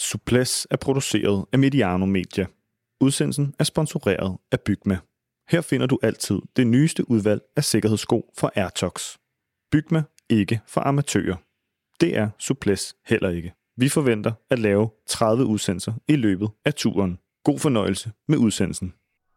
Souplesse er produceret af Mediano Media. Udsendelsen er sponsoreret af Bygma. Her finder du altid det nyeste udvalg af sikkerhedssko fra Airtox. Bygma ikke for amatører. Det er Souplesse heller ikke. Vi forventer at lave 30 udsendelser i løbet af turen. God fornøjelse med udsendelsen.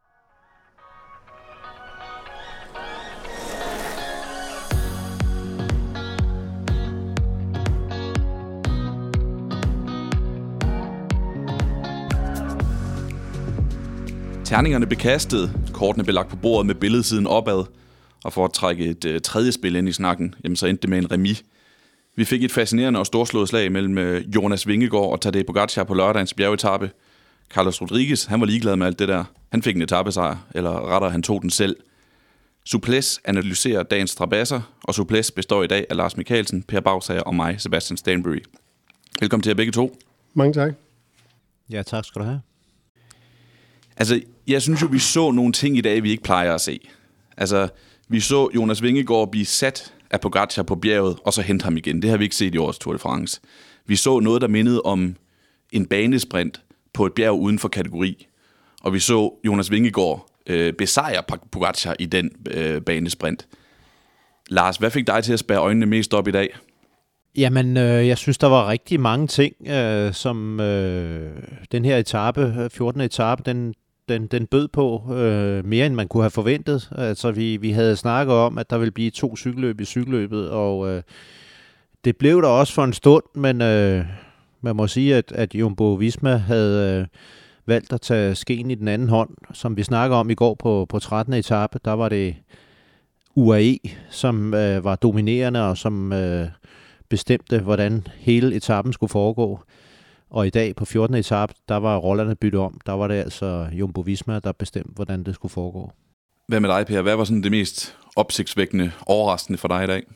Terningerne blev kastet, kortene blev lagt på bordet med billedsiden opad, og for at trække et tredje spil ind i snakken, jamen så endte det med en remis. Vi fik et fascinerende og storslået slag mellem Jonas Vingegaard og Tadej Pogačar på lørdagens bjergetape. Carlos Rodriguez, han var ligeglad med alt det der. Han fik en etapesejr, eller rettere, han tog den selv. Souplesse analyserer dagens strabasser, og Souplesse består i dag af Lars Michaelsen, Per Bagsager og mig, Sebastian Stanbury. Velkommen til jer begge to. Mange tak. Ja, tak skal du have. Altså, jeg synes jo, vi så nogle ting i dag, vi ikke plejer at se. Altså, vi så Jonas Vingegaard blive sat af Pogačar på bjerget, og så hente ham igen. Det har vi ikke set i årets Tour de France. Vi så noget, der mindede om en banesprint på et bjerg uden for kategori. Og vi så Jonas Vingegaard besejre Pogačar i den banesprint. Lars, hvad fik dig til at spærre øjnene mest op i dag? Jamen, jeg synes, der var rigtig mange ting, som den her etape, 14. etape, den bød på mere, end man kunne have forventet. Altså, vi havde snakket om, at der ville blive 2 cykelløb i cykelløbet, og det blev der også for en stund, men man må sige, at Jumbo Visma havde valgt at tage skeen i den anden hånd. Som vi snakkede om i går på 13. etape, der var det UAE, som var dominerende, og som bestemte, hvordan hele etappen skulle foregå. Og i dag på 14. etape, der var rollerne byttet om. Der var det altså Jumbo Visma, der bestemte, hvordan det skulle foregå. Hvad med dig, Per? Hvad var sådan det mest opsigtsvækkende, overraskende for dig i dag?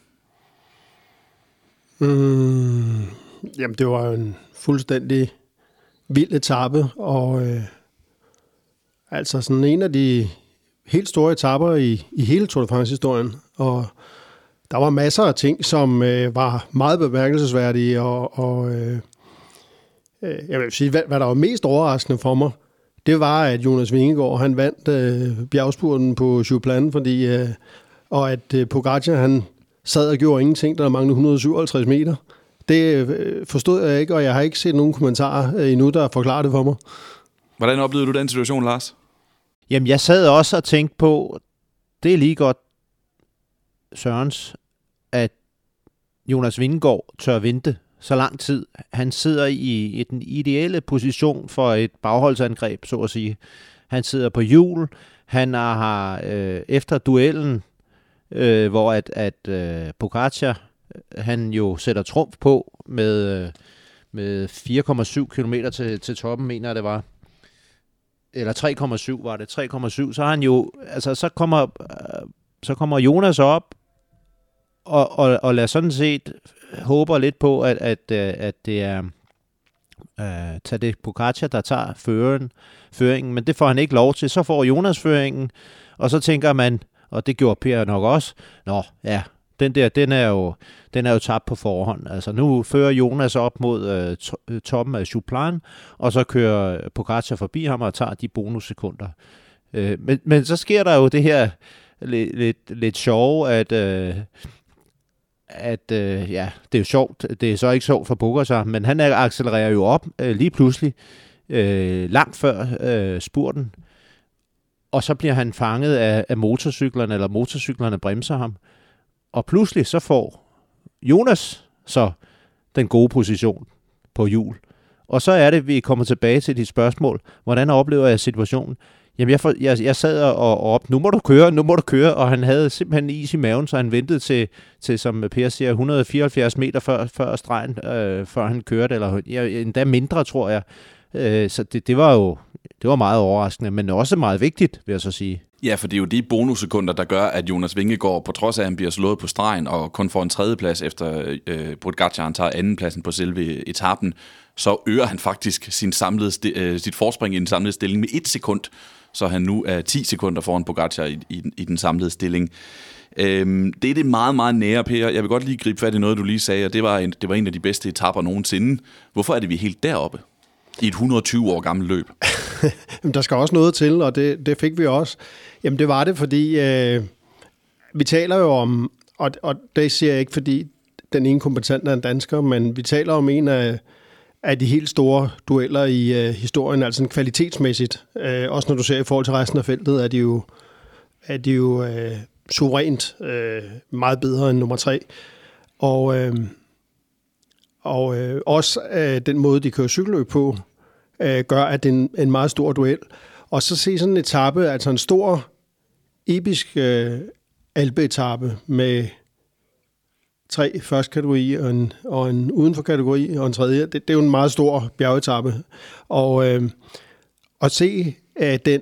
Jamen, det var en fuldstændig vild etape, og altså sådan en af de helt store etaper i hele Tour de France-historien, og der var masser af ting, som var meget bemærkelsesværdige, og jeg vil sige, hvad der var mest overraskende for mig, det var, at Jonas Vingegaard, han vandt bjergspurten på Jouplan, fordi og at Pogačar, han sad og gjorde ingenting, der manglede 157 meter. Det forstod jeg ikke, og jeg har ikke set nogen kommentarer endnu, der forklarer det for mig. Hvordan oplevede du den situation, Lars? Jamen, jeg sad også og tænkte på, det er lige godt, Sørens, at Jonas Vingegaard tør vente så lang tid. Han sidder i den ideelle position for et bagholdsangreb, så at sige. Han sidder på hjul. Han har efter duellen, hvor at Pogačar, han jo sætter trumf på med 4,7 km til toppen, mener jeg det var. Eller 3,7 var det. 3,7. Så har han jo, altså så kommer Jonas op og lader sådan set håber lidt på, at det er Tadej Pogačar, der tager føringen, men det får han ikke lov til. Så får Jonas føringen, og så tænker man, og det gjorde Per nok også, den er jo tabt på forhånd. Altså nu fører Jonas op mod toppen af Jouplan, og så kører Pogačar forbi ham og tager de bonussekunder. Men så sker der jo det her lidt sjove, at det er jo sjovt. Det er så ikke sjovt for Pogačar, men han accelererer jo op lige pludselig langt før spurten, og så bliver han fanget af motorcyklerne, eller motorcyklerne bremser ham, og pludselig så får Jonas så den gode position på hjul. Og så er det, vi kommer tilbage til dit spørgsmål. Hvordan oplever jeg situationen? Jamen, jeg sad og op, nu må du køre, og han havde simpelthen is i maven, så han ventede til som Per siger, 174 meter før stregen, før han kørte, eller endda mindre, tror jeg. Så det var meget overraskende, men også meget vigtigt, vil jeg så sige. Ja, for det er jo de bonussekunder, der gør, at Jonas Vingegaard, på trods af, at han bliver slået på stregen og kun får en tredjeplads efter Pogačar, han tager andenpladsen på selve etappen, så øger han faktisk sit forspring i den samlede stilling med 1 sekund, så han nu er 10 sekunder foran Pogačar i den samlede stilling. Det er det meget, meget nære, Per. Jeg vil godt lige gribe fat i noget, du lige sagde, og det var en af de bedste etaper nogensinde. Hvorfor er det, vi er helt deroppe? I et 120 år gammelt løb. Jamen, der skal også noget til, og det fik vi også. Jamen, det var det, fordi vi taler jo om, og det siger jeg ikke, fordi den ene kompetent er en dansker, men vi taler om en af de helt store dueller i historien, altså kvalitetsmæssigt. Også når du ser i forhold til resten af feltet, er de jo suverænt meget bedre end nummer 3. Og også den måde, de kører cykelløb på, gør, at det er en meget stor duel. Og så se sådan en etape, altså en stor, episk alpeetape med 3 første kategori og en uden for kategori og en tredje. Det er jo en meget stor bjergetape. Og at se den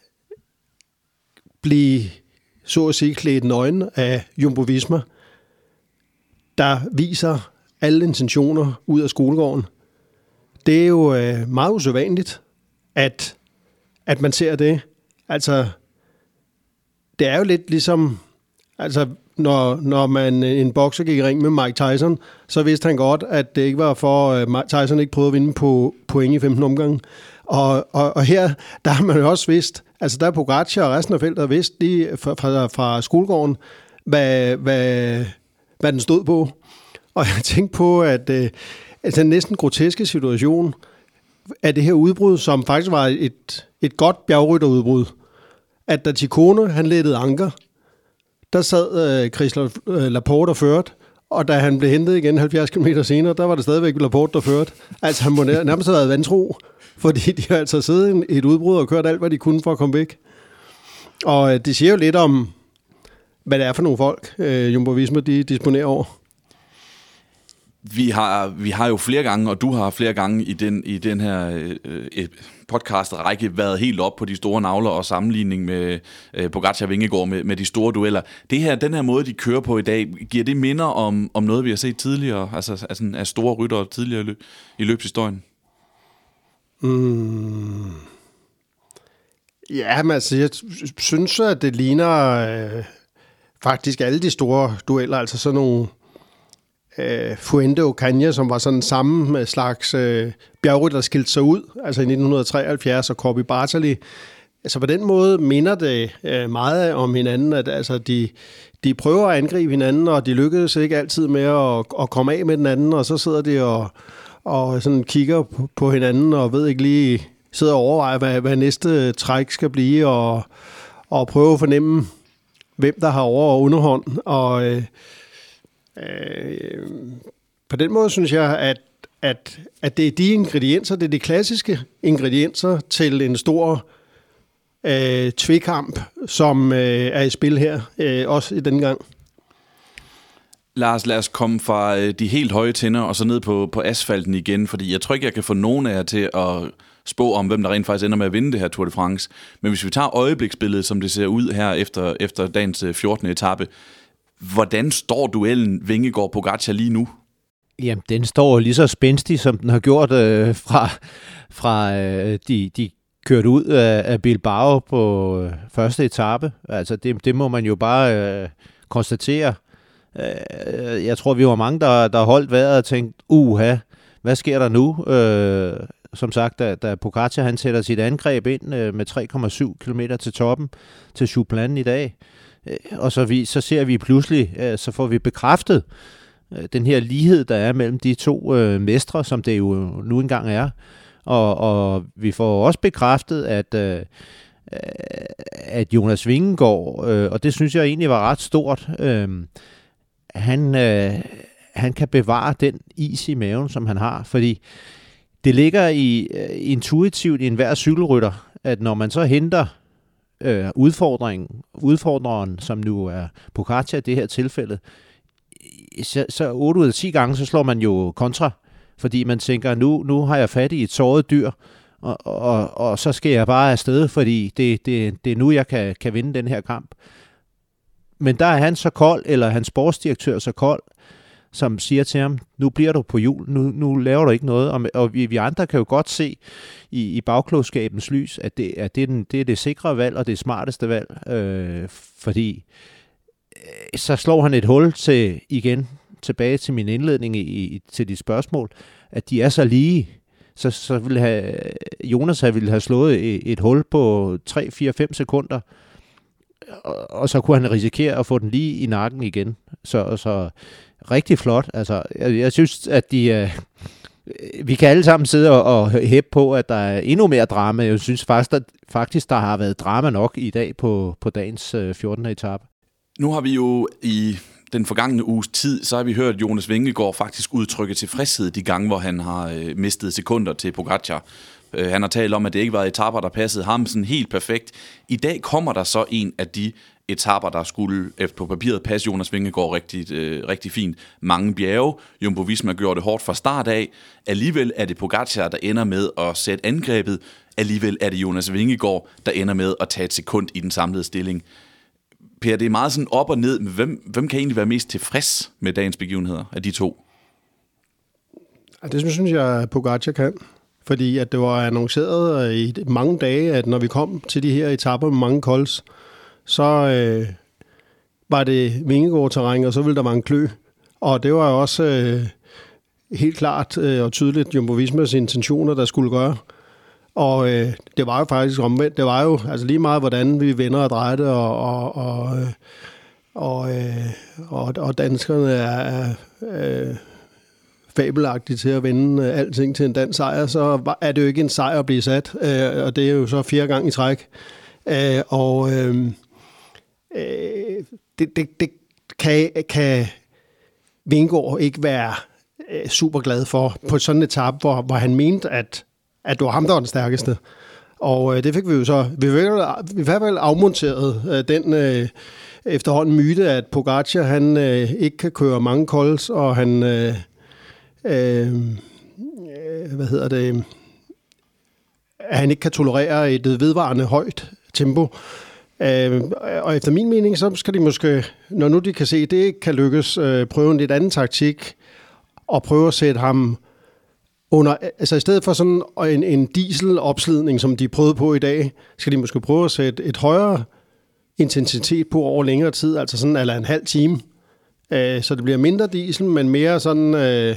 blive, så at sige, klædt nøgen af Jumbo Visma, der viser alle intentioner ud af skolegården. Det er jo meget usædvanligt, at man ser det. Altså, det er jo lidt ligesom, altså, når man en bokser gik i ring med Mike Tyson, så vidste han godt, at det ikke var for, Tyson ikke prøvede at vinde på point i 15 omgange. Og her, der har man jo også vidst, altså der er Pogacar og resten af feltet vidst lige fra skolegården, hvad den stod på. Og jeg tænkte på, at den næsten groteske situation af det her udbrud, som faktisk var et godt bjergrytterudbrud, at da Ciccone, han lettede anker, der sad Chris Laporte og førte, og da han blev hentet igen 70 km senere, der var det stadigvæk Laporte, der førte. Altså han må nærmest have været vantro, fordi de har altså siddet i et udbrud og kørt alt, hvad de kunne for at komme væk. Og det siger jo lidt om, hvad det er for nogle folk, Jumbo Visma, de disponerer over. Vi har jo flere gange, og du har flere gange i den her podcast-række været helt op på de store navler og sammenligning med Pogacar og Vingegaard med de store dueller. Den her måde, de kører på i dag, giver det minder om noget, vi har set tidligere, altså af store ryttere tidligere i løbshistorien? Ja, men altså, jeg synes, at det ligner faktisk alle de store dueller, altså sådan nogle Fuente Ocaña, som var sådan samme slags bjergrytter, der skilte sig ud, altså i 1973, og Corby Bartali. Altså på den måde minder det meget om hinanden, at altså de prøver at angribe hinanden, og de lykkedes ikke altid med at komme af med den anden, og så sidder de og sådan kigger på hinanden, og ved ikke lige, sidder og overvejer, hvad næste træk skal blive, og prøve at fornemme, hvem der har over- og underhånd, og på den måde synes jeg, at det er de ingredienser, det er de klassiske ingredienser til en stor tvekamp, som er i spil her, også i denne gang. Lad os komme fra de helt høje tænder og så ned på asfalten igen, fordi jeg tror ikke, jeg kan få nogen af jer til at spå om, hvem der rent faktisk ender med at vinde det her Tour de France. Men hvis vi tager øjebliksbilledet, som det ser ud her efter dagens 14. etape, hvordan står duellen Vingegaard-Pogacar lige nu? Jamen, den står lige så spændstig, som den har gjort fra de kørte ud af Bilbao på første etape. Altså, det må man jo bare konstatere. Jeg tror, vi var mange, der holdt vejret og tænkte, hvad sker der nu? Som sagt, da Pogacar han sætter sit angreb ind med 3,7 km til toppen til Chouplan i dag, og så ser vi pludselig, så får vi bekræftet den her lighed, der er mellem de to mestre, som det jo nu engang er. Og vi får også bekræftet, at Jonas Vingegaard, og det synes jeg egentlig var ret stort, han kan bevare den is i maven, som han har, fordi det ligger intuitivt i enhver cykelrytter, at når man så henter udfordreren, som nu er Pogacar i det her tilfælde, så 8 ud af 10 gange, så slår man jo kontra, fordi man tænker, nu har jeg fat i et såret dyr, og så skal jeg bare afsted, fordi det er nu, jeg kan vinde den her kamp. Men der er han så kold, eller hans sportsdirektør så kold, som siger til ham, nu bliver du på hjul, nu laver du ikke noget. Og vi andre kan jo godt se i bagklogskabens lys, at det er det sikre valg, og det smarteste valg, fordi så slår han et hul tilbage til min indledning til dit spørgsmål, at de er så lige, så ville Jonas ville have slået et hul på 3, 4, 5 sekunder, og så kunne han risikere at få den lige i nakken igen. Så rigtig flot. Altså, jeg synes, at vi kan alle sammen sidde og hæppe på, at der er endnu mere drama. Jeg synes faktisk der har været drama nok i dag på dagens 14. etape. Nu har vi jo i den forgangne uges tid, så har vi hørt Jonas Vingegaard faktisk udtrykke tilfredshed de gange, hvor han har mistet sekunder til Pogačar. Han har talt om, at det ikke var etaper, der passede ham sådan helt perfekt. I dag kommer der så en af de etaper, der skulle på papiret passe Jonas Vingegaard rigtig fint. Mange bjerge. Jumbo-Visma gjorde det hårdt fra start af. Alligevel er det Pogačar, der ender med at sætte angrebet. Alligevel er det Jonas Vingegaard, der ender med at tage et sekund i den samlede stilling. Per, det er meget sådan op og ned. Hvem kan egentlig være mest tilfreds med dagens begivenheder af de to? Det synes jeg, Pogačar kan. Fordi at det var annonceret i mange dage, at når vi kom til de her etaper med mange kolds, så var det Vingegaard-terræn, og så ville der være en klø. Og det var også helt klart og tydeligt Jumbo-Vismas intentioner, der skulle gøre. Og det var jo faktisk omvendt. Det var jo altså lige meget, hvordan vi vender og drejer det, og danskerne er fabelagtige til at vende alting til en dansk sejr, så er det jo ikke en sejr at blive sat, og det er jo så 4 gange i træk. Det kan Vingegaard ikke være super glad for på sådan en etape, hvor han mente, at det var ham, der var den stærkeste. Og det fik vi jo så... Vi i hvert fald afmonteret den efterhånden myte, at Pogačar, han ikke kan køre mange kolds, og han... at han ikke kan tolerere et vedvarende højt tempo. Og efter min mening, så skal de måske, når nu de kan se, at det ikke kan lykkes, prøve en lidt anden taktik, og prøve at sætte ham under, altså i stedet for sådan en dieselopslidning, som de prøvede på i dag, skal de måske prøve at sætte et højere intensitet på over længere tid, altså sådan eller en halv time. Så det bliver mindre diesel, men mere sådan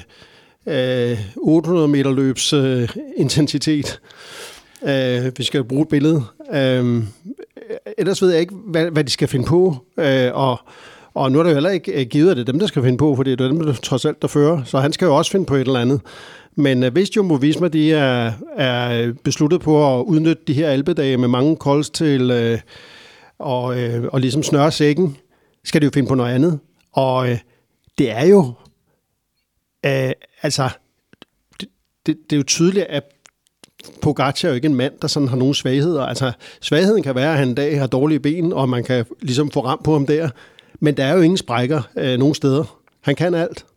800 meter løbs intensitet. Vi skal bruge et billede. Ellers ved jeg ikke, hvad de skal finde på. Og nu er det jo heller ikke givet, at det er dem, der skal finde på, for det er dem, der trods alt der fører. Så han skal jo også finde på et eller andet. Men hvis Jumbo-Visma de er besluttet på at udnytte de her alpedage med mange kolds til og ligesom snøre sækken, skal de jo finde på noget andet. Og det er jo det er jo tydeligt, at Pogačar er jo ikke en mand, der sådan har nogle svagheder. Altså, svagheden kan være, at han en dag har dårlige ben, og man kan ligesom få ram på ham der. Men der er jo ingen sprækker nogen steder. Han kan alt.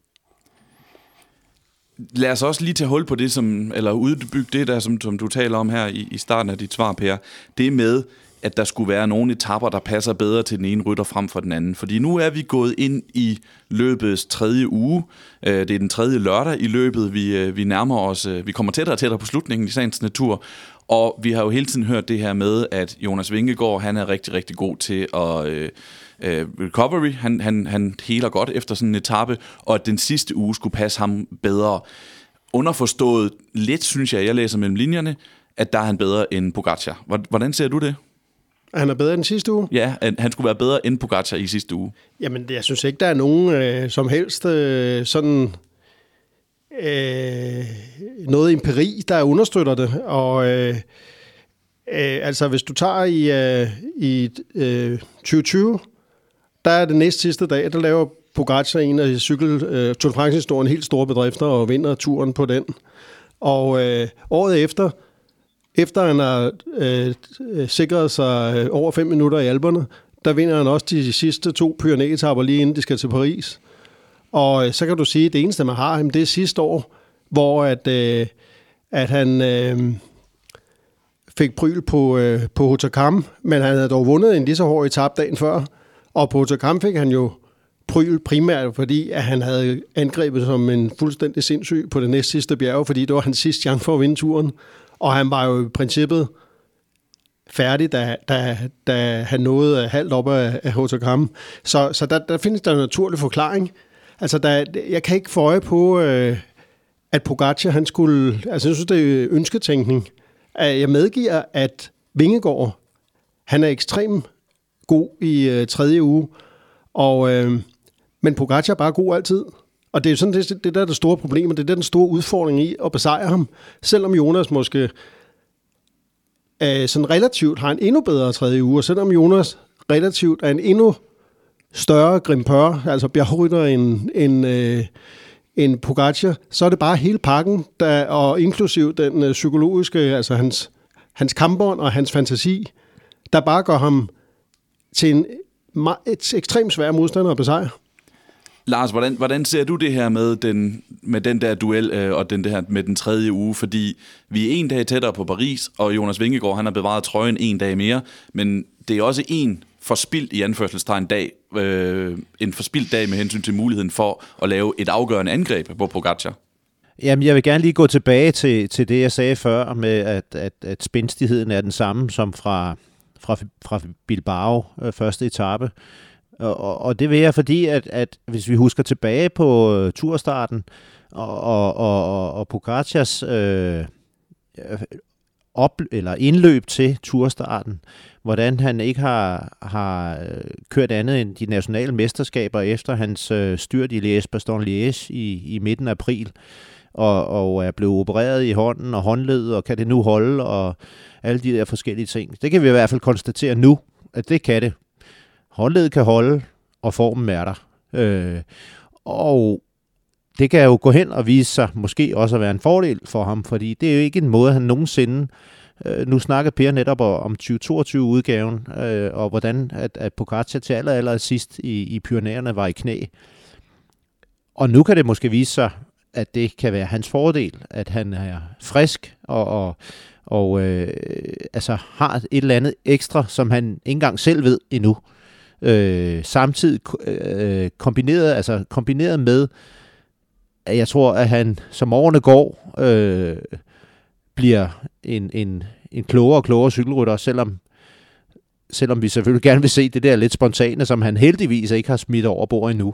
Lad os også lige tage hul på det, eller udbygge det der, som du taler om her i starten af dit svar, Per. Det med, at der skulle være nogle etapper, der passer bedre til den ene rytter frem for den anden. Fordi nu er vi gået ind i løbets 3. uge. Det er den 3. lørdag i løbet. Vi nærmer os, vi kommer tættere og tættere på slutningen i sagens natur. Og vi har jo hele tiden hørt det her med, at Jonas Vingegaard, han er rigtig, rigtig god til at recovery. Han heler godt efter sådan en etape, og at den sidste uge skulle passe ham bedre. Underforstået lidt, synes jeg læser mellem linjerne, at der er han bedre end Pogačar. Hvordan ser du det? Han er bedre end sidste uge? Ja, han skulle være bedre end Pogačar i sidste uge. Jamen, jeg synes ikke, der er nogen som helst sådan noget empiri, der understøtter det. Og altså, hvis du tager i 2020, der er det næst sidste dag, der laver Pogačar en af Tour de France-historien helt store bedrifter og vinder turen på den. Og året efter han har sikret sig over 5 minutter i Alperne, der vinder han også de sidste 2 Pyrenæetapper lige inden de skal til Paris. Og så kan du sige, at det eneste, man har, det er sidste år, hvor at han fik pryl på Hautacam, men han havde dog vundet en lige så hård etape dagen før. Og på Hautacam fik han jo pryl primært, fordi at han havde angrebet som en fuldstændig sindssyg på det næst sidste bjerg, fordi det var hans sidste chance for at vinde turen. Og han var jo i princippet færdig, da han nåede halvt op af Hautacam. Så der findes der en naturlig forklaring. Altså, jeg kan ikke få øje på, at Pogačar, han skulle... Altså, jeg synes, det er ønsketænkning. Jeg medgiver, at Vingegaard, han er ekstremt god i tredje uge, men Pogačar er bare god altid. Og det er sådan det der er det store problem, og det er den store udfordring i at besejre ham, selvom Jonas måske sådan relativt har en endnu bedre tredje uge, og selvom Jonas relativt er en endnu større grimpør, altså bjergrytter end Pogačar, så er det bare hele pakken, og inklusiv den psykologiske, altså hans kampbånd og hans fantasi, der bare gør ham til et ekstremt svær modstander at besejre. Lars, hvordan ser du det her med den der duel og den der med den tredje uge? Fordi vi er en dag tættere på Paris, og Jonas Vingegaard, han har bevaret trøjen en dag mere, men det er også en forspildt i anførselstegn dag, en forspildt dag med hensyn til muligheden for at lave et afgørende angreb på Pogačar. Jamen, jeg vil gerne lige gå tilbage til det, jeg sagde før, med at spændstigheden er den samme som fra Bilbao, første etape. Og det vil jeg, fordi at hvis vi husker tilbage på turstarten og Pogačars eller indløb til turstarten, hvordan han ikke har kørt andet end de nationale mesterskaber efter hans styrt i Liège-Bastogne-Liège i midten af april, og er blevet opereret i hånden og håndled, og kan det nu holde, og alle de der forskellige ting. Det kan vi i hvert fald konstatere nu, at det kan det. Håndledet kan holde, og formen er der. Og det kan jo gå hen og vise sig måske også at være en fordel for ham, fordi det er jo ikke en måde, han nogensinde... Nu snakker Per netop om 2022-udgaven, og hvordan at Pogačar til aller sidst i Pyrenæerne var i knæ. Og nu kan det måske vise sig, at det kan være hans fordel, at han er frisk og altså har et eller andet ekstra, som han ikke engang selv ved endnu. Samtidig kombineret med, at jeg tror, at han som årene går, bliver en klogere og klogere cykelrytter, selvom vi selvfølgelig gerne vil se det der lidt spontane, som han heldigvis ikke har smidt over bord endnu.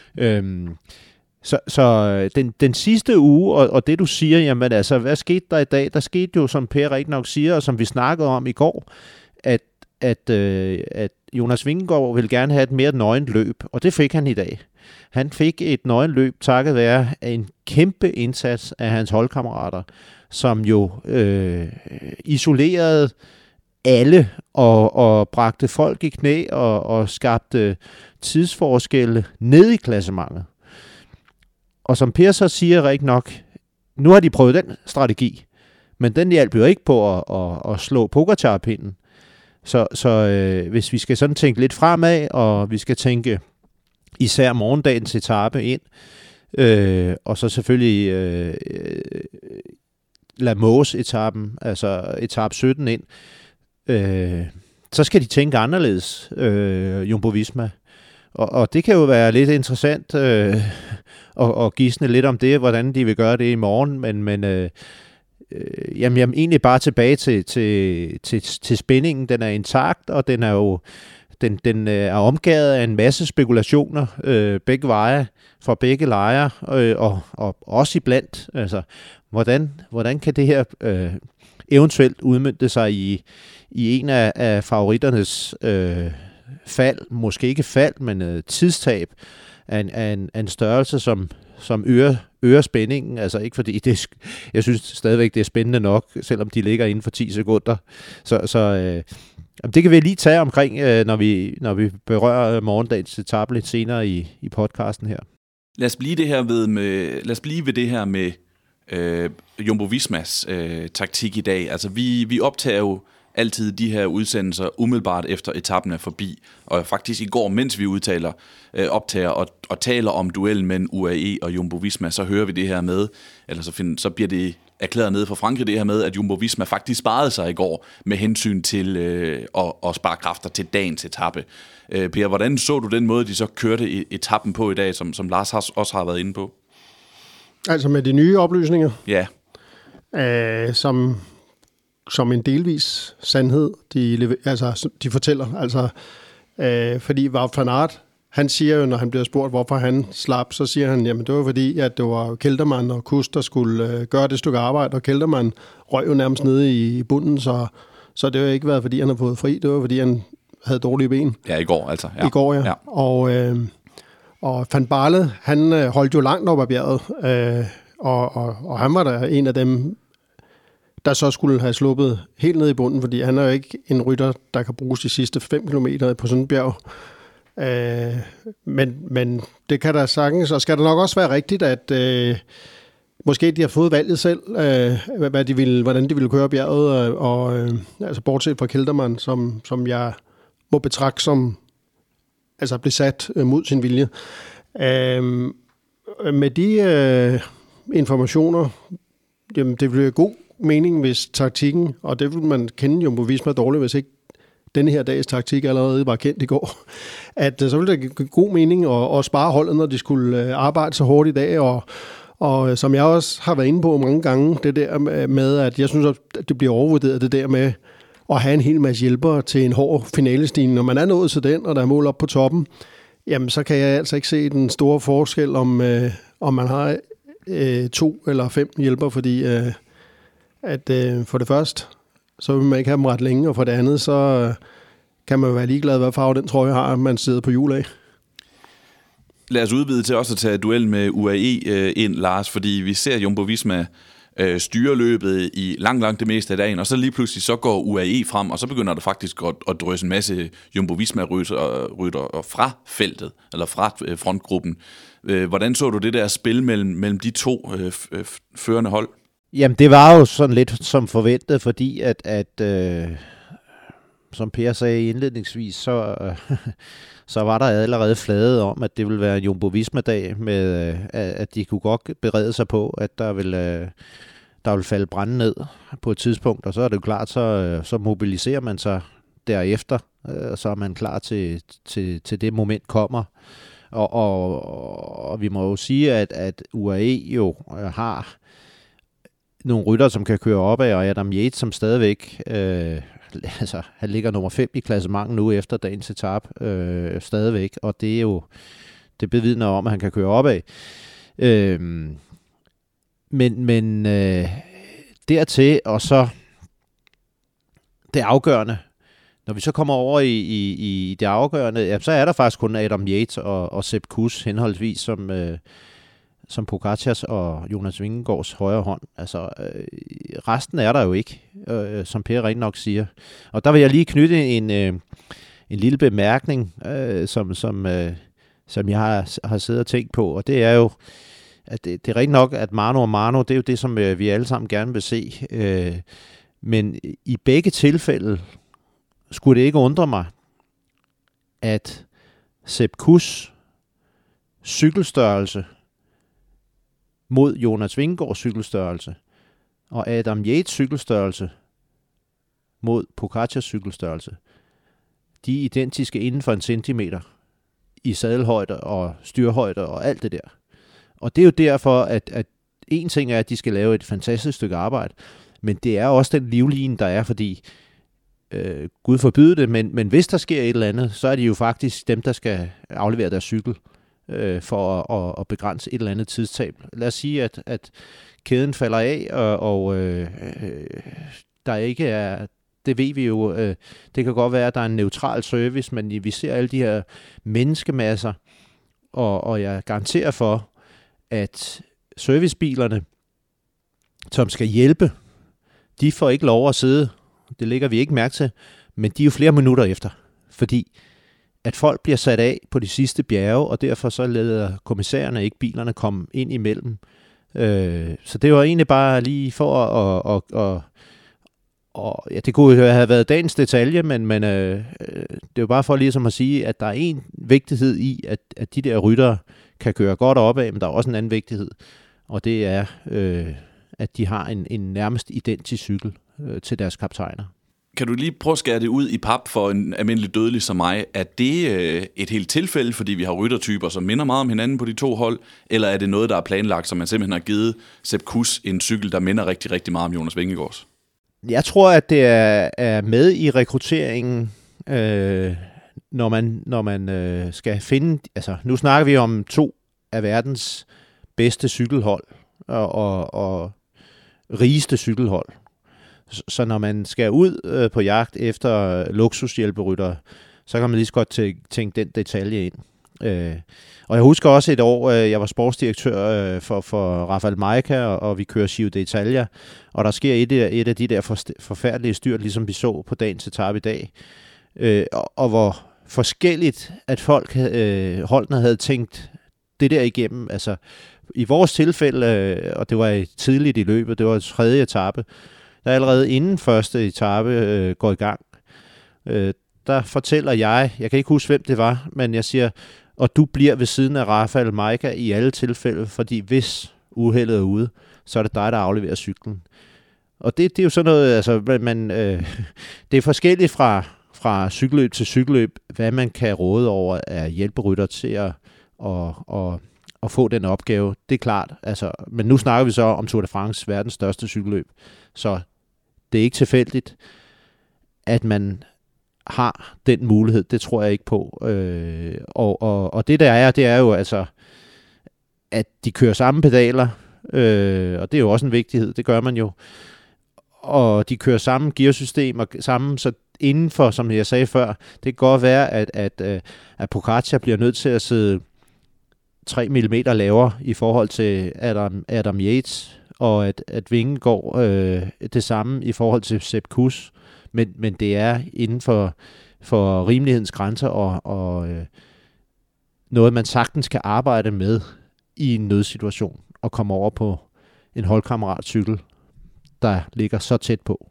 Så den sidste uge, og det du siger, jamen altså, hvad skete der i dag? Der skete jo, som Per rigtig nok siger, og som vi snakkede om i går, at Jonas Vingegaard ville gerne have et mere nøgent løb, og det fik han i dag. Han fik et nøgent løb takket være en kæmpe indsats af hans holdkammerater, som jo isolerede alle og bragte folk i knæ og skabte tidsforskelle ned i klassementet. Og som Per så siger rigtig nok, nu har de prøvet den strategi, men den hjalp jo ikke på at slå Pogačar-pinden. Så hvis vi skal sådan tænke lidt fremad, og vi skal tænke især morgendagens etape ind, og så selvfølgelig La Meuse-etappen, altså etape 17 ind, så skal de tænke anderledes, Jumbo-Visma. Og det kan jo være lidt interessant at gisne lidt om det, hvordan de vil gøre det i morgen, men jamen egentlig bare tilbage til spændingen. Den er intakt, og den er jo den er omgivet af en masse spekulationer begge veje fra begge lejre, og også iblandt. Altså, hvordan kan det her eventuelt udmønte sig i en af favoritternes fald, måske ikke fald, men tidstab af en størrelse, som øger spændingen. Altså ikke fordi jeg synes stadigvæk, det er spændende nok, selvom de ligger inden for 10 sekunder. Så det kan vi lige tage omkring, når vi berører morgendagens etape lidt senere i podcasten her. Lad os blive ved det her med Jumbo-Vismas taktik i dag. Altså vi optager jo altid de her udsendelser umiddelbart efter etappen er forbi. Og faktisk i går, mens vi optager og taler om duellen mellem UAE og Jumbo-Visma, så hører vi det her med, eller så bliver det erklæret nede fra Frankrig det her med, at Jumbo-Visma faktisk sparede sig i går med hensyn til at spare kræfter til dagens etape. Per, hvordan så du den måde, de så kørte etappen på i dag, som Lars også har været inde på? Altså med de nye oplysninger? Ja. Som en delvis sandhed, de fortæller. Altså, fordi Wout van Aert, han siger jo, når han bliver spurgt, hvorfor han slap, så siger han, jamen det var fordi, at det var Kelterman og Kuss, der skulle gøre det stykke arbejde, og Kelterman røg jo nærmest nede i bunden, så det har ikke været, fordi han har fået fri, det var, fordi han havde dårlige ben. Ja, i går altså. Ja. I går, ja. Og Van Baarle, han holdt jo langt op ad bjerget, og han var der en af dem, der så skulle have sluppet helt ned i bunden, fordi han er jo ikke en rytter, der kan bruges de sidste 5 kilometer på sådan en bjerg. Men det kan der sagtens, og skal det nok også være rigtigt, at måske de har fået valget selv, hvordan de ville køre bjerget, altså bortset fra Kelterman, som jeg må betragte som altså blev sat mod sin vilje. Med de informationer, jamen det bliver god mening, hvis taktikken, og det vil man kende Jumbo-Visma dårligt, hvis ikke denne her dags taktik allerede var kendt i går, at så ville det give god mening at spare holdet, når de skulle arbejde så hårdt i dag, og som jeg også har været inde på mange gange, det der med, at jeg synes, at det bliver overvurderet, det der med at have en hel masse hjælpere til en hård finalestigning. Når man er nået til den, og der er mål op på toppen, jamen så kan jeg altså ikke se den store forskel, om man har 2 eller 5 hjælpere, fordi at for det første, så vil man ikke have dem ret længe, og for det andet, så kan man være ligeglad, hvad farve den trøje har, man sidder på hjul af. Lad os udvide til også at tage duel med UAE ind, Lars, fordi vi ser Jumbo-Visma styre løbet i langt det meste af dagen, og så lige pludselig så går UAE frem, og så begynder der faktisk at drøse en masse Jumbo-Visma-rytter fra feltet, eller fra frontgruppen. Hvordan så du det der spil mellem de to førende hold? Jamen, det var jo sådan lidt som forventet, fordi at som Per sagde indledningsvis, så var der allerede fladet om, at det ville være en Jumbo-Visma-dag, med at de kunne godt berede sig på, at der vil falde brænde ned på et tidspunkt, og så er det jo klart, så mobiliserer man sig derefter, så er man klar til det moment kommer. Og vi må jo sige, at UAE jo har nogle rytter, som kan køre opad, og Adam Yates, som stadigvæk, han ligger nummer 5 i klassementet nu efter dagens etape, stadigvæk, og det er jo, det bevidner om, at han kan køre opad. Men dertil, og så det afgørende, når vi så kommer over i det afgørende, ja, så er der faktisk kun Adam Yates og Sepp Kuss henholdsvis, som Pogacars og Jonas Vingegaards højre hånd. Altså, resten er der jo ikke, som Per rigtig nok siger. Og der vil jeg lige knytte en lille bemærkning, som jeg har siddet og tænkt på, og det er jo, at det er rigtig nok, at Mano og Mano, det er jo det, som vi alle sammen gerne vil se. Men i begge tilfælde skulle det ikke undre mig, at Sepp Kuss cykelstørrelse mod Jonas Vingegaards cykelstørrelse og Adam Yates cykelstørrelse mod Pogacars cykelstørrelse, de er identiske inden for 1 centimeter i sadelhøjde og styrhøjde og alt det der. Og det er jo derfor, at en ting er, at de skal lave et fantastisk stykke arbejde, men det er også den livline, der er, fordi Gud forbyde det, men hvis der sker et eller andet, så er det jo faktisk dem, der skal aflevere deres cykel for at begrænse et eller andet tidstab. Lad os sige, at kæden falder af, og der ikke er, det ved vi jo, det kan godt være, at der er en neutral service, men vi ser alle de her menneskemasser, og jeg garanterer for, at servicebilerne, som skal hjælpe, de får ikke lov at sidde. Det lægger vi ikke mærke til, men de er jo flere minutter efter, fordi at folk bliver sat af på de sidste bjerge, og derfor så lader kommissærerne ikke bilerne komme ind imellem. Så det var egentlig bare lige for ja, det kunne jo have været dagens detalje, men det er jo bare for ligesom at sige, at der er en vigtighed i, at de der ryttere kan køre godt opad, men der er også en anden vigtighed, og det er, at de har en nærmest identisk cykel til deres kaptajner. Kan du lige prøve at skære det ud i pap for en almindelig dødelig som mig? Er det et helt tilfælde, fordi vi har ryttertyper, som minder meget om hinanden på de to hold, eller er det noget, der er planlagt, så man simpelthen har givet Sepp Kuss en cykel, der minder rigtig, rigtig meget om Jonas Vingegaards? Jeg tror, at det er med i rekrutteringen, når man skal finde... Altså, nu snakker vi om 2 af verdens bedste cykelhold og rigeste cykelhold. Så når man skal ud på jagt efter luksushjælperytter, så kan man lige så godt tænke den detalje ind. Og jeg husker også et år, jeg var sportsdirektør for Rafael Majka, og vi kører Giro d'Italia, og der sker et af de der forfærdelige styrt, ligesom vi så på dagens etape i dag, og hvor forskelligt, at holdene havde tænkt det der igennem. Altså, i vores tilfælde, og det var tidligt i løbet, det var 3. etape, der allerede inden første etape går i gang, der fortæller jeg kan ikke huske, hvem det var, men jeg siger, og du bliver ved siden af Rafael Majka i alle tilfælde, fordi hvis uheldet er ude, så er det dig, der afleverer cyklen. Og det er jo sådan noget, altså, det er forskelligt fra cykelløb til cykelløb, hvad man kan råde over af hjælperytter til at få den opgave. Det er klart, altså, men nu snakker vi så om Tour de France, verdens største cykelløb, så det er ikke tilfældigt, at man har den mulighed. Det tror jeg ikke på. Og det der er, det er jo altså, at de kører samme pedaler, og det er jo også en vigtighed, det gør man jo. Og de kører samme gearsystem og samme, så indenfor, som jeg sagde før, det kan godt være, at Pogačar bliver nødt til at sidde 3 mm lavere i forhold til Adam Yates, og at Vingegaard det samme i forhold til Sepp Kuss. Men det er inden for rimelighedens grænser og noget, man sagtens kan arbejde med i en nødsituation og komme over på en holdkammeratcykel, der ligger så tæt på.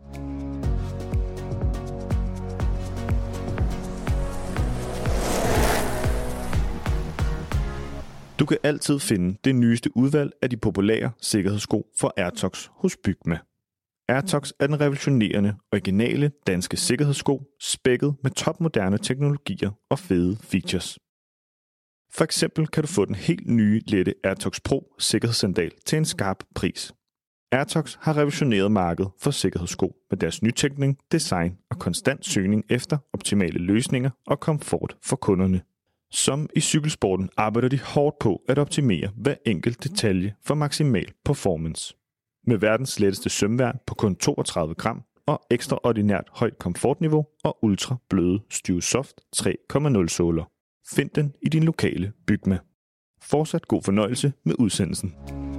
Du kan altid finde det nyeste udvalg af de populære sikkerhedssko for Airtox hos Bygma. Airtox er den revolutionerende, originale danske sikkerhedssko, spækket med topmoderne teknologier og fede features. For eksempel kan du få den helt nye lette Airtox Pro sikkerhedssandal til en skarp pris. Airtox har revolutioneret markedet for sikkerhedssko med deres nytænkning, design og konstant søgning efter optimale løsninger og komfort for kunderne. Som i cykelsporten arbejder de hårdt på at optimere hver enkelt detalje for maksimal performance. Med verdens letteste sømværn på kun 32 gram og ekstraordinært højt komfortniveau og ultra bløde StuSoft 3.0 såler. Find den i din lokale Bygma. Fortsat god fornøjelse med udsendelsen.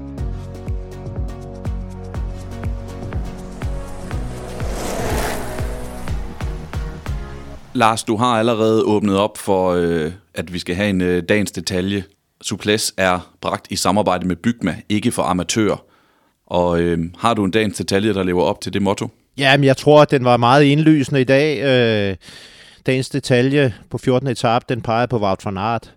Lars, du har allerede åbnet op for, at vi skal have en dagens detalje. Souplesse er bragt i samarbejde med Bygma, ikke for amatører. Og har du en dagens detalje, der lever op til det motto? Jamen, jeg tror, at den var meget indlysende i dag. Dagens detalje på 14. etape, den peger på Wout van Aert.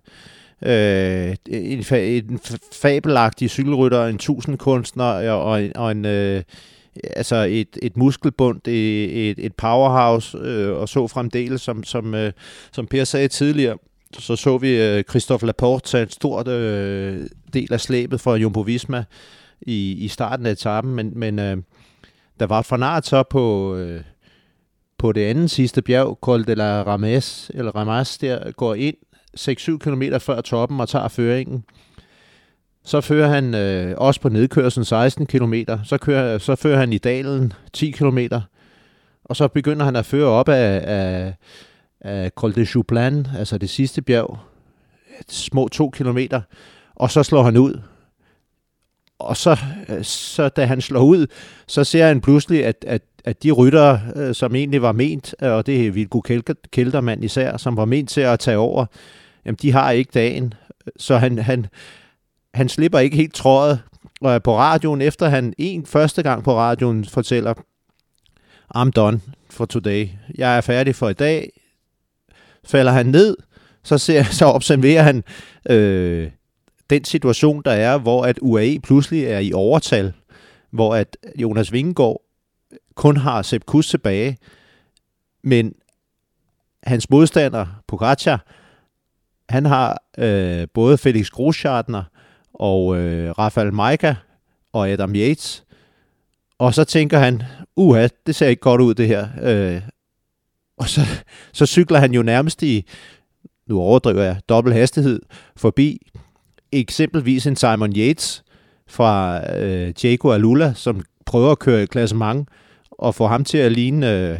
En fabelagtig cykelrytter, en 1000-kunstner og en et muskelbund, et powerhouse, og så fremdeles, som Per sagde tidligere, så vi Christophe Laporte tage en stor del af slæbet for Jumbo-Visma i starten af etappen, men der var van Aert så på det andet sidste bjerg, Col de la Ramas, der går ind 6-7 km før toppen og tager føringen. Så fører han også på nedkørslen 16 km, så fører han i dalen 10 km, og så begynder han at føre op af Col de Joublan, altså det sidste bjerg, små 2 km, og så slår han ud. Og så da han slår ud, så ser han pludselig, at de ryttere, som egentlig var ment, og det er Wilco Kelderman især, som var ment til at tage over, jamen de har ikke dagen. Så han slipper ikke helt trådet. Og på radioen, efter han første gang på radioen fortæller, I'm done for today. Jeg er færdig for i dag. Falder han ned, så observerer han den situation, der er, hvor at UAE pludselig er i overtal, hvor at Jonas Vingegaard kun har Sepp Kuss tilbage, men hans modstander, Pogačar, han har både Felix Großschartner og Rafael Majka og Adam Yates, og så tænker han, det ser ikke godt ud det her. Og så cykler han jo nærmest i, nu overdriver jeg, dobbelt hastighed forbi eksempelvis en Simon Yates fra Diego Alula, som prøver at køre i klassement, og få ham til at ligne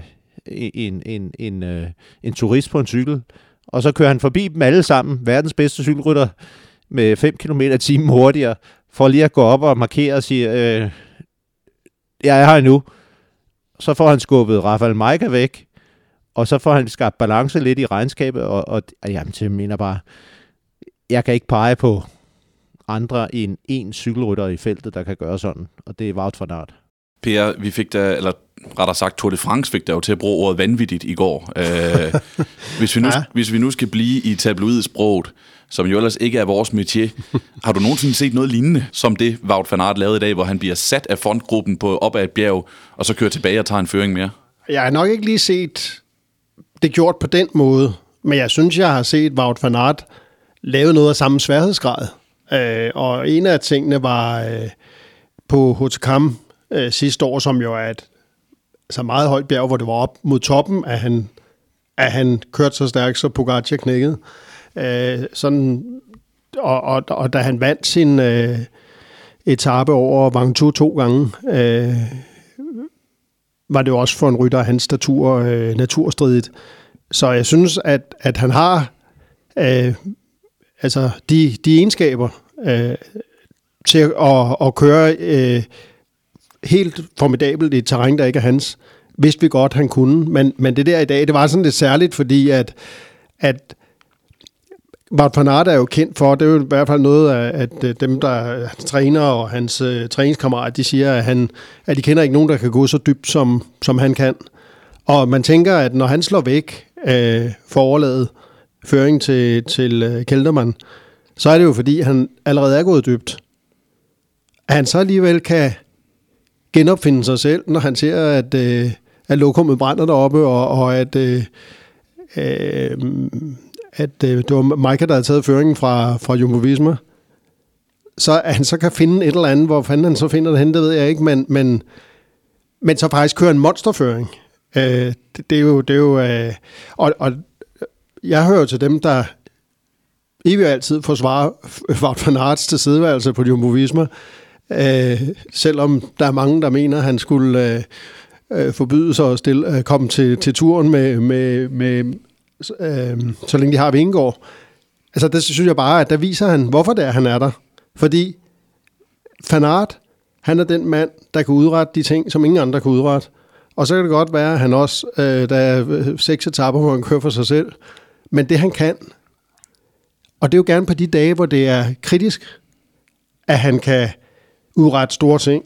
en turist på en cykel. Og så kører han forbi dem alle sammen, verdens bedste cykelrytter, med 5 km/t hurtigere, for lige at gå op og markere og sige, jeg er her endnu. Så får han skubbet Rafael Majka væk, og så får han skabt balance lidt i regnskabet, og jamen, jeg mener bare, jeg kan ikke pege på andre end en cykelrytter i feltet, der kan gøre sådan, og det er Wout van Aert. Per, vi fik da, eller rettere sagt Tour de France fik der jo til at bruge ordet vanvittigt i går. Hvis vi nu skal blive i tabloidsproget, som jo ellers ikke er vores métier, har du nogensinde set noget lignende, som det Wout van Aert lavede i dag, hvor han bliver sat af frontgruppen op ad et bjerg, og så kører tilbage og tager en føring mere? Jeg har nok ikke lige set det gjort på den måde, men jeg synes, jeg har set Wout van Aert lave noget af samme sværhedsgrad. Og en af tingene var på Hautacam sidste år, som jo er et så meget højt bjerg, hvor det var op mod toppen, at han kørte så stærkt, så Pogačar knækkede. Og da han vandt sin etape over Ventoux 2 gange, var det jo også for en rytter af hans statur naturstridigt. Så jeg synes, at han har altså de egenskaber til at køre helt formidabelt i et terræn, der ikke er hans. Vidste vi godt, han kunne. Men det der i dag, det var sådan lidt særligt, fordi at Wout van Aert er jo kendt for, det er jo i hvert fald noget, at dem, der er hans træner og hans træningskammerater, de siger, at de kender ikke nogen, der kan gå så dybt, som han kan. Og man tænker, at når han slår væk for overladet føring til Kelderman, så er det jo, fordi han allerede er gået dybt. At han så alligevel kan genopfinde sig selv, når han ser, at lokummet brænder deroppe, og at det var Majka, der havde taget føringen fra Jumbo Visma, så at han så kan finde et eller andet, hvor fanden han så finder det hen, det ved jeg ikke, men så faktisk kører en monsterføring. Det er jo og jeg hører til dem, der ikke altid forsvarer Wout van Aerts tilstedeværelse på Jumbo Visma, selvom der er mange, der mener, at han skulle forbyde sig at komme til turen med så længe de har Vingegaard. Altså, det synes jeg bare, at der viser han, hvorfor det er, han er der. Fordi Van Aert, han er den mand, der kan udrette de ting, som ingen andre kan udrette. Og så kan det godt være, at han også, der er 6 etaper, hvor han kører for sig selv. Men det han kan, og det er jo gerne på de dage, hvor det er kritisk, at han kan udrette store ting.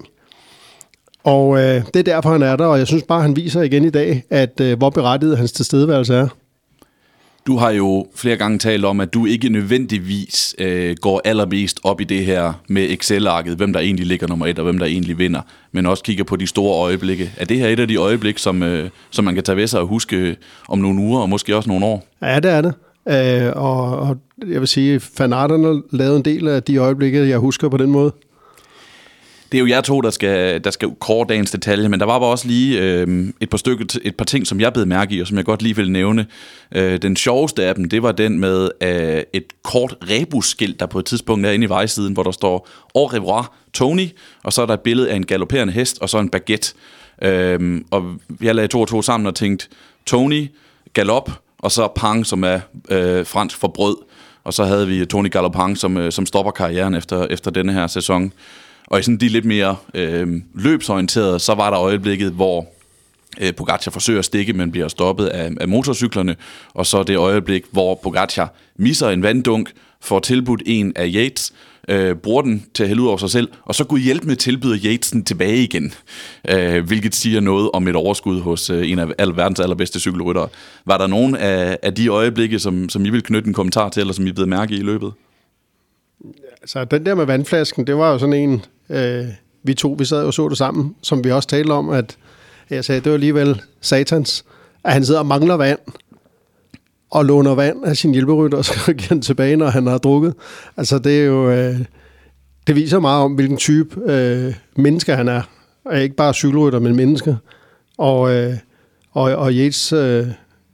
Og det er derfor, han er der, og jeg synes bare, han viser igen i dag, at hvor berettiget hans tilstedeværelse er. Du har jo flere gange talt om, at du ikke nødvendigvis går allermest op i det her med Excel-arket, hvem der egentlig ligger nummer 1, og hvem der egentlig vinder, men også kigger på de store øjeblikke. Er det her et af de øjeblikke, som man kan tage ved sig og huske om nogle uger, og måske også nogle år? Ja, det er det. Og jeg vil sige, Van Aert har lavet en del af de øjeblikke, jeg husker på den måde. Det er jo jer to, der skal kåre dagens detalje, men der var bare også lige et par ting, som jeg bed mærke i, og som jeg godt lige vil nævne. Den sjoveste af dem, det var den med et kort rebusskilt, der på et tidspunkt er inde i vejsiden, hvor der står Au revoir Tony, og så er der et billede af en galopperende hest, og så en baguette. Og jeg lagde 2 og 2 sammen og tænkte, Tony, galop, og så Pang, som er fransk for brød. Og så havde vi Tony Galopin, som stopper karrieren efter denne her sæson. Og i sådan de lidt mere løbsorienterede, så var der øjeblikket, hvor Pogačar forsøger at stikke, men bliver stoppet af motorcyklerne. Og så det øjeblik, hvor Pogačar misser en vanddunk, får tilbudt en af Yates, bruger den til at hælde ud over sig selv, og så kunne hjælpe med tilbyder Yates den tilbage igen. Hvilket siger noget om et overskud hos en af verdens allerbedste cykelryttere. Var der nogen af de øjeblikke, som I vil knytte en kommentar til, eller som I blev mærke i løbet? Altså, den der med vandflasken, det var jo sådan en, vi sad og så det sammen, som vi også talte om, at jeg sagde, det var alligevel satans, at han sidder og mangler vand, og låner vand af sin hjælperytter, og så giver han tilbage, når han har drukket. Altså, det er jo, det viser meget om, hvilken type menneske han er. Ikke bare cykelrytter, men menneske. Og Yates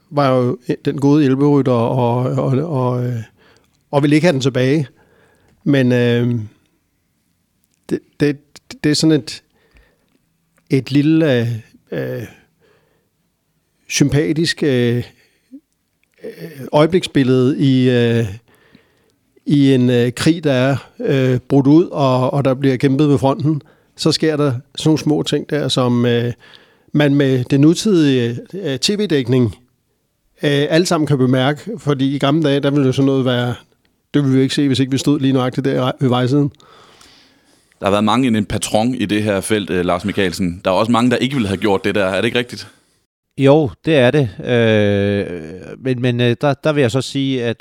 var jo den gode hjælperytter, og ville ikke have den tilbage. Men det er sådan et lille sympatisk øjebliksbillede i en krig, der er brudt ud, og der bliver kæmpet ved fronten. Så sker der sådan nogle små ting der, som man med den nutidige tv-dækning alle sammen kan bemærke, fordi i gamle dage, der ville jo sådan noget være, det ville vi ikke se, hvis ikke vi stod lige nøjagtigt der ved vejsiden. Der har været mange en patron i det her felt, Lars Michaelsen. Der er også mange, der ikke ville have gjort det der. Er det ikke rigtigt? Jo, det er det. Men der vil jeg så sige, at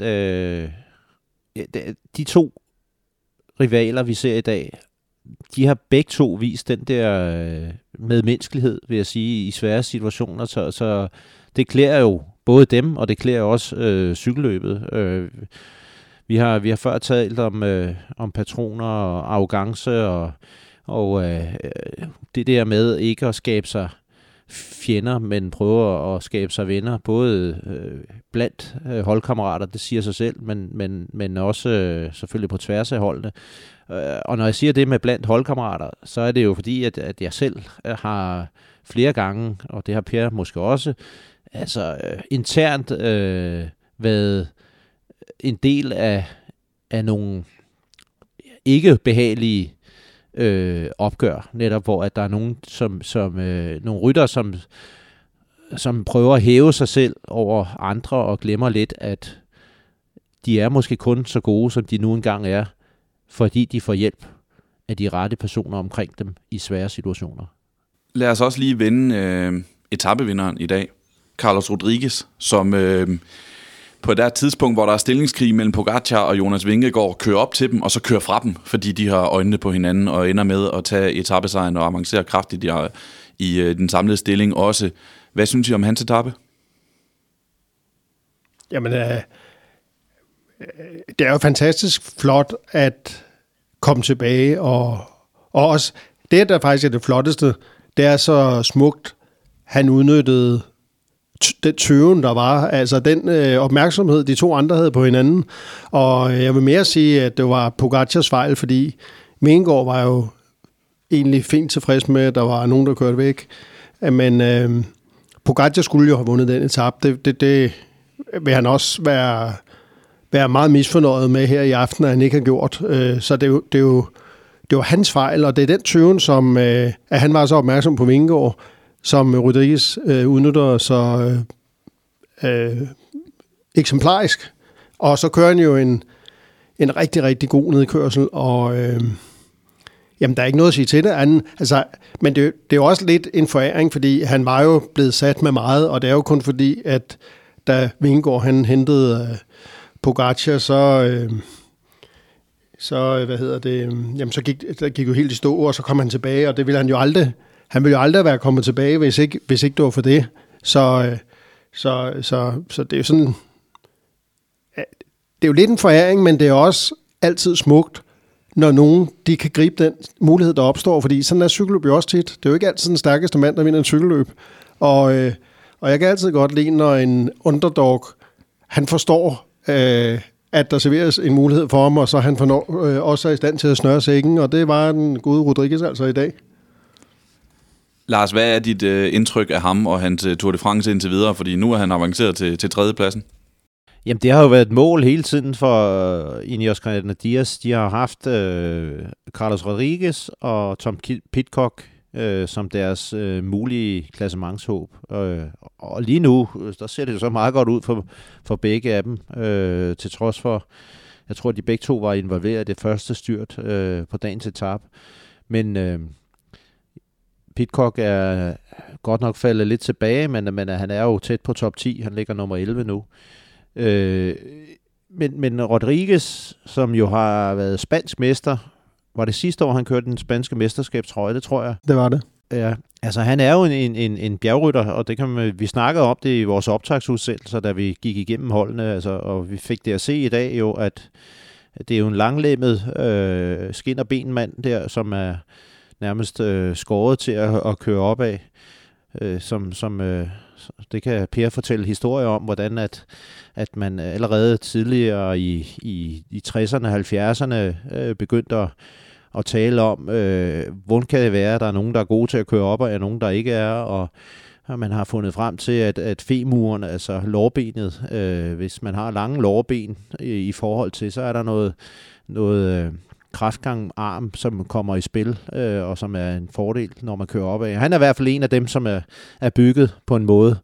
de to rivaler, vi ser i dag, de har begge to vist den der medmenneskelighed, vil jeg sige, i svære situationer. Så det klæder jo både dem, og det klæder også cykelløbet. Vi har før talt om patroner og arrogance og det der med ikke at skabe sig fjender, men prøve at skabe sig venner, både blandt holdkammerater, det siger sig selv, men også selvfølgelig på tværs af holdene. Og når jeg siger det med blandt holdkammerater, så er det jo fordi, at jeg selv har flere gange, og det har Per måske også, altså internt været en del af nogle ikke behagelige opgør, netop hvor at der er nogen nogle rytter, som prøver at hæve sig selv over andre og glemmer lidt, at de er måske kun så gode, som de nu engang er, fordi de får hjælp af de rette personer omkring dem i svære situationer. Lad os også lige vende etapevinderen i dag, Carlos Rodriguez, som på et tidspunkt, hvor der er stillingskrig mellem Pogačar og Jonas Vingegaard, kører op til dem, og så kører fra dem, fordi de har øjnene på hinanden, og ender med at tage etapesejren og avancere kraftigt i den samlede stilling også. Hvad synes I om hans etape? Jamen, det er jo fantastisk flot at komme tilbage, og også det, der faktisk er det flotteste, det er så smukt, han udnyttede den tøven, der var, altså den opmærksomhed, de to andre havde på hinanden. Og jeg vil mere sige, at det var Pogacars fejl, fordi Vingegaard var jo egentlig fint tilfreds med, at der var nogen, der kørte væk. Men Pogacar skulle jo have vundet den etape. Det vil han også være meget misfornøjet med her i aften, at han ikke har gjort. Så det er jo hans fejl, og det er den tøven, som at han var så opmærksom på Vingegaard, som Rodriguez udnytter så eksemplarisk. Og så kører han jo en rigtig, rigtig god nedkørsel, og jamen, der er ikke noget at sige til det. Men det er jo også lidt en foræring, fordi han var jo blevet sat med meget, og det er jo kun fordi, at da Vingegaard han hentede Pogacar, så gik jo helt i stå, og så kom han tilbage, og det ville han jo aldrig. Han ville jo aldrig være kommet tilbage, hvis ikke det var for det. Så det er jo sådan. Det er jo lidt en foræring, men det er også altid smukt, når nogen de kan gribe den mulighed, der opstår. Fordi sådan er cykelløb jo også tit. Det er jo ikke altid den stærkeste mand, der vinder en cykelløb. Og jeg kan altid godt lide, når en underdog, han forstår, at der serveres en mulighed for ham, og så han også er i stand til at snøre sækken. Og det var den gode Rodriguez altså i dag. Lars, hvad er dit indtryk af ham og hans Tour de France indtil videre? Fordi nu er han avanceret til tredjepladsen. Jamen, det har jo været et mål hele tiden for Ineos Grenadiers. De har haft Carlos Rodriguez og Tom Pidcock som deres mulige klassementshåb. Og lige nu, der ser det jo så meget godt ud for begge af dem, til trods for, jeg tror, de begge to var involveret i det første styrt på dagens etape. Men Pidcock er godt nok faldet lidt tilbage, men han er jo tæt på top 10. Han ligger nummer 11 nu. Men Rodriguez, som jo har været spansk mester, var det sidste år, han kørte den spanske mesterskabstrøje, det tror jeg. Det var det. Ja, altså han er jo en bjergrytter, og det kan vi snakkede om det i vores optagsudsendelser, da vi gik igennem holdene, altså, og vi fik det at se i dag jo, at det er jo en langlemmet skin- og benmand der, som er nærmest skåret til at køre op af. det kan Per fortælle historier om, hvordan at man allerede tidligere i 60'erne og 70'erne begyndte at tale om, hvordan kan det være, at der er nogen, der er gode til at køre op, og er nogen, der ikke er, og man har fundet frem til, at femuren, altså lårbenet, hvis man har lange lårben i forhold til, så er der noget kraftgang arm, som kommer i spil, og som er en fordel, når man kører opad. Han er i hvert fald en af dem, som er bygget på en måde,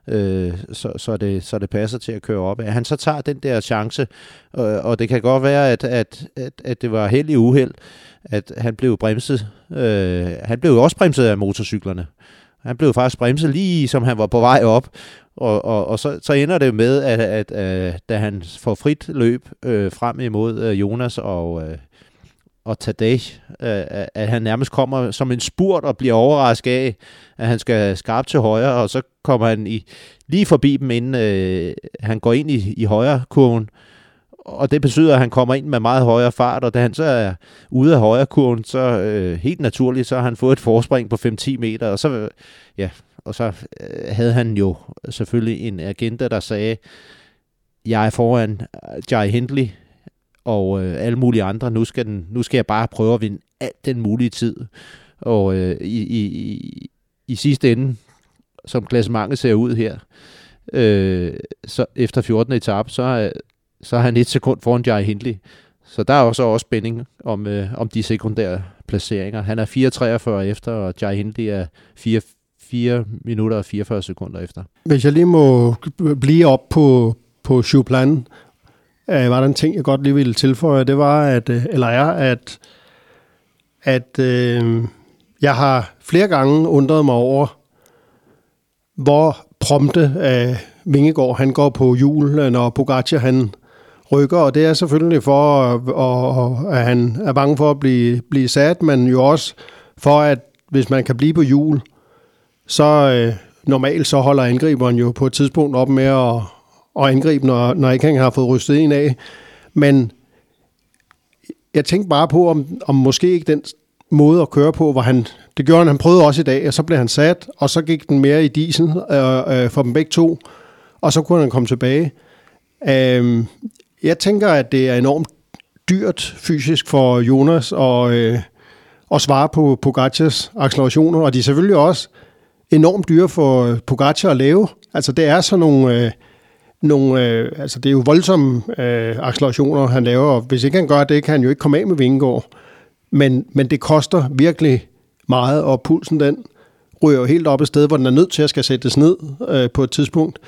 så det passer til at køre opad. Han så tager den der chance, og det kan godt være, at det var held i uheld, at han blev bremset. Han blev jo også bremset af motorcyklerne. Han blev faktisk bremset lige som han var på vej op, og så ender det med, at da han får frit løb frem imod Jonas og Tadej, at han nærmest kommer som en spurt og bliver overrasket af, at han skal skarpt til højre, og så kommer han lige forbi dem, inden han går ind i højre kurven. Og det betyder, at han kommer ind med meget højere fart, og da han så er ude af højre kurven, så helt naturligt, så har han fået et forspring på 5-10 meter, og så havde han jo selvfølgelig en agenda, der sagde, jeg er foran Jai Hindley og alle mulige andre, nu skal jeg bare prøve at vinde alt den mulige tid. Og i sidste ende, som klassementet ser ud her, så efter 14. etape, så er han 1 sekund foran Jai Hindley. Så der er også spænding om de sekundære placeringer. Han er 4.43 efter, og Jai Hindley er 4 minutter og 44 sekunder efter. Hvis jeg lige må blive op på Chouplan, var der en ting, jeg godt lige ville tilføje. Det var, at jeg har flere gange undret mig over, hvor prompte Vingegaard han går på hjul, når Pogačar han rykker, og det er selvfølgelig for, at han er bange for at blive sat, men jo også for, at hvis man kan blive på hjul, så normalt så holder angriberen jo på et tidspunkt op med at angribe, når ikke han har fået rystet en af. Men jeg tænkte bare på, om måske ikke den måde at køre på, hvor det gjorde han prøvede også i dag, og så blev han sat, og så gik den mere i diesel for dem begge to, og så kunne han komme tilbage. Jeg tænker, at det er enormt dyrt fysisk for Jonas at svare på Pogačars accelerationer, og de er selvfølgelig også enormt dyre for Pogačar at lave. Altså det er sådan nogle altså det er jo voldsomme accelerationer, han laver, og hvis ikke han gør det, kan han jo ikke komme af med Vingegaard. Men det koster virkelig meget, og pulsen den ryger jo helt op et sted, hvor den er nødt til at skal sættes ned på et tidspunkt.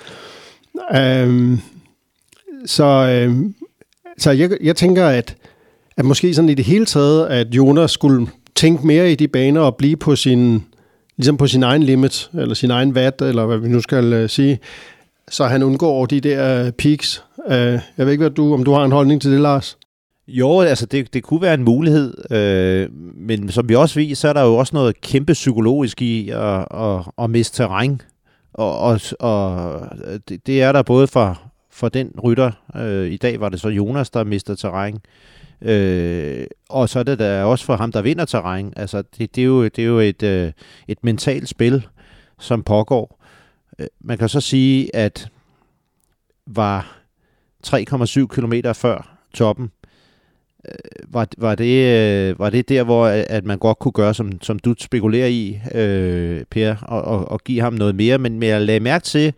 Så jeg tænker, at måske sådan i det hele taget, at Jonas skulle tænke mere i de baner og blive på sin egen limit, eller sin egen watt, eller hvad vi nu skal sige, så han undgår de der peaks. Jeg ved ikke, om du har en holdning til det, Lars? Jo, altså det kunne være en mulighed, men som vi også viser, så er der jo også noget kæmpe psykologisk i at miste terræn, og det er der både for den rytter. I dag var det så Jonas, der mister terræn, og så er det der også for ham, der vinder terræn. Altså det er jo et mentalt spil, som pågår. Man kan så sige, at var 3,7 kilometer før toppen, var det der, hvor at man godt kunne gøre, som du spekulerer i, Per, og give ham noget mere, men jeg lagde mærke til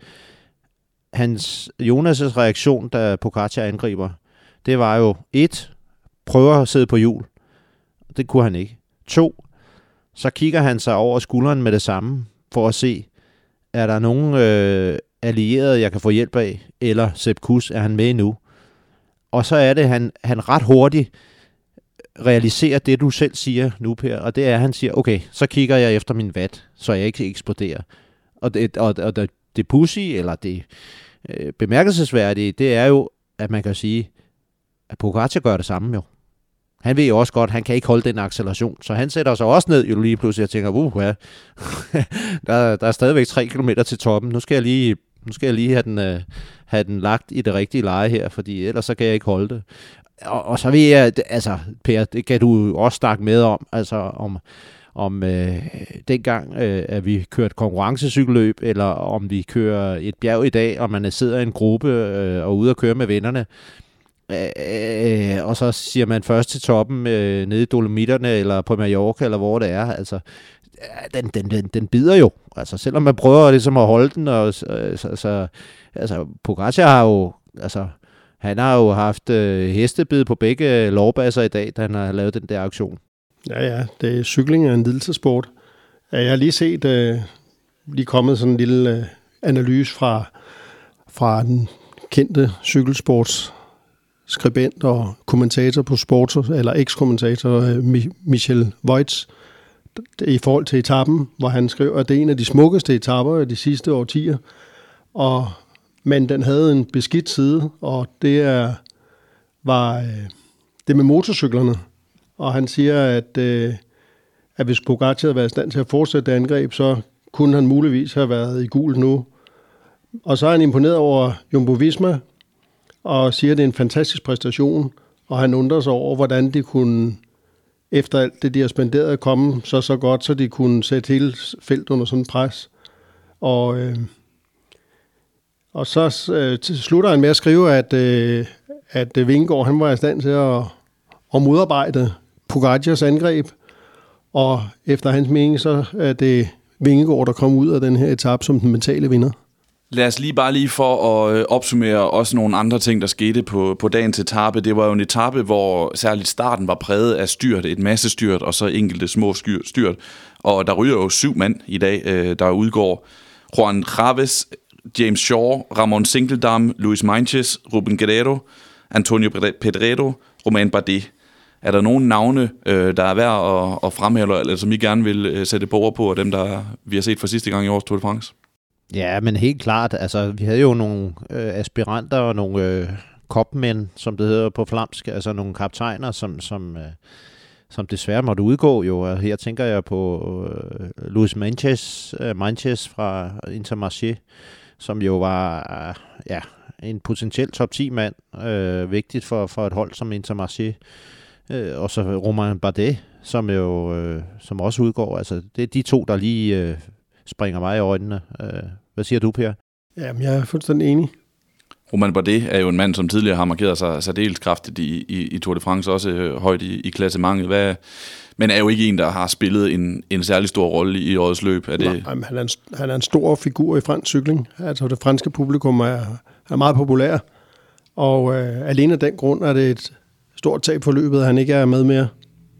Jonas' reaktion, da Pogačar angriber. Det var jo 1, prøver at sidde på hjul. Det kunne han ikke. 2, så kigger han sig over skulderen med det samme, for at se, er der nogen allierede, jeg kan få hjælp af, eller Sepp Kuss, er han med nu? Og så er det, han ret hurtigt realiserer det, du selv siger nu, Per, og det er, at han siger, okay, så kigger jeg efter min watt, så jeg ikke eksploderer. Og det pussy, eller det bemærkelsesværdige, det er jo, at man kan sige, at Pogačar gør det samme jo. Han ved jo også godt, at han kan ikke holde den acceleration, så han sætter sig også ned jo lige pludselig og tænker, ja, der er stadigvæk 3 kilometer til toppen, nu skal jeg lige have den lagt i det rigtige leje her, fordi ellers så kan jeg ikke holde det. Og så vil jeg, altså Per, det kan du også snakke med om, altså om dengang, at vi kørte konkurrencecykelløb, eller om vi kører et bjerg i dag, og man sidder i en gruppe og ude og kører med vennerne. Og så siger man først til toppen nede i Dolomitterne, eller på Mallorca, eller hvor det er. Altså, den bider jo. Altså, selvom man prøver ligesom at holde den, og altså, Pogačar har jo, altså, han har jo haft hestebid på begge lårbasser i dag, da han har lavet den der aktion. Ja, cykling er en lidelsesport. Jeg har lige set, lige kommet sådan en lille analyse fra den kendte cykelsportsskribent og kommentator på Sport, eller eks-kommentator Michel Voits, i forhold til etappen, hvor han skriver, at det er en af de smukkeste etapper af de sidste årtier, men den havde en beskidt side, og det var det med motorcyklerne. Og han siger, at hvis Pogačar havde været i stand til at fortsætte det angreb, så kunne han muligvis have været i gul nu. Og så er han imponeret over Jumbo-Visma, og siger, at det er en fantastisk præstation, og han undrer sig over, hvordan de kunne, efter alt det, de har spenderet, komme så godt, så de kunne sætte hele feltet under sådan en pres. Og så slutter han med at skrive, at Vingegaard, han var i stand til at modarbejde Pogacars angreb, og efter hans mening, så er det Vingegaard, der kom ud af den her etape som den mentale vinder. Lad os lige for at opsummere også nogle andre ting, der skete på dagens etape. Det var jo en etape, hvor særligt starten var præget af styrt, et masse styrt, og så enkelte små styrt. Og der ryger jo 7 mand i dag, der udgår. Juan Chaves, James Shaw, Ramon Singeldam, Luis Meintjes, Ruben Guerrero, Antonio Pedrero, Romain Bardet. Er der nogle navne, der er værd at fremhæve, eller som I gerne vil sætte på ord på, af dem, der vi har set for sidste gang i årets Tour de France? Ja, men helt klart. Altså, vi havde jo nogle aspiranter og nogle kopmænd, som det hedder på flamsk, altså nogle kaptajner, som desværre måtte udgå. Jo. Her tænker jeg på Luis Meintjes fra Intermarché, som jo var en potentiel top 10-mand, vigtigt for et hold som Intermarché. Og så Romain Bardet, som også udgår. Altså, det er de to, der lige springer mig i øjnene. Hvad siger du, Per? Jamen, jeg er fuldstændig enig. Romain Bardet er jo en mand, som tidligere har markeret sig særdeles kraftigt i Tour de France, også højt i klassementet. Men er jo ikke en, der har spillet en særlig stor rolle i årets løb. Nej, han er en stor figur i fransk cykling. Altså, det franske publikum er meget populær, og alene af den grund er det et stort tab for løbet, at han ikke er med mere.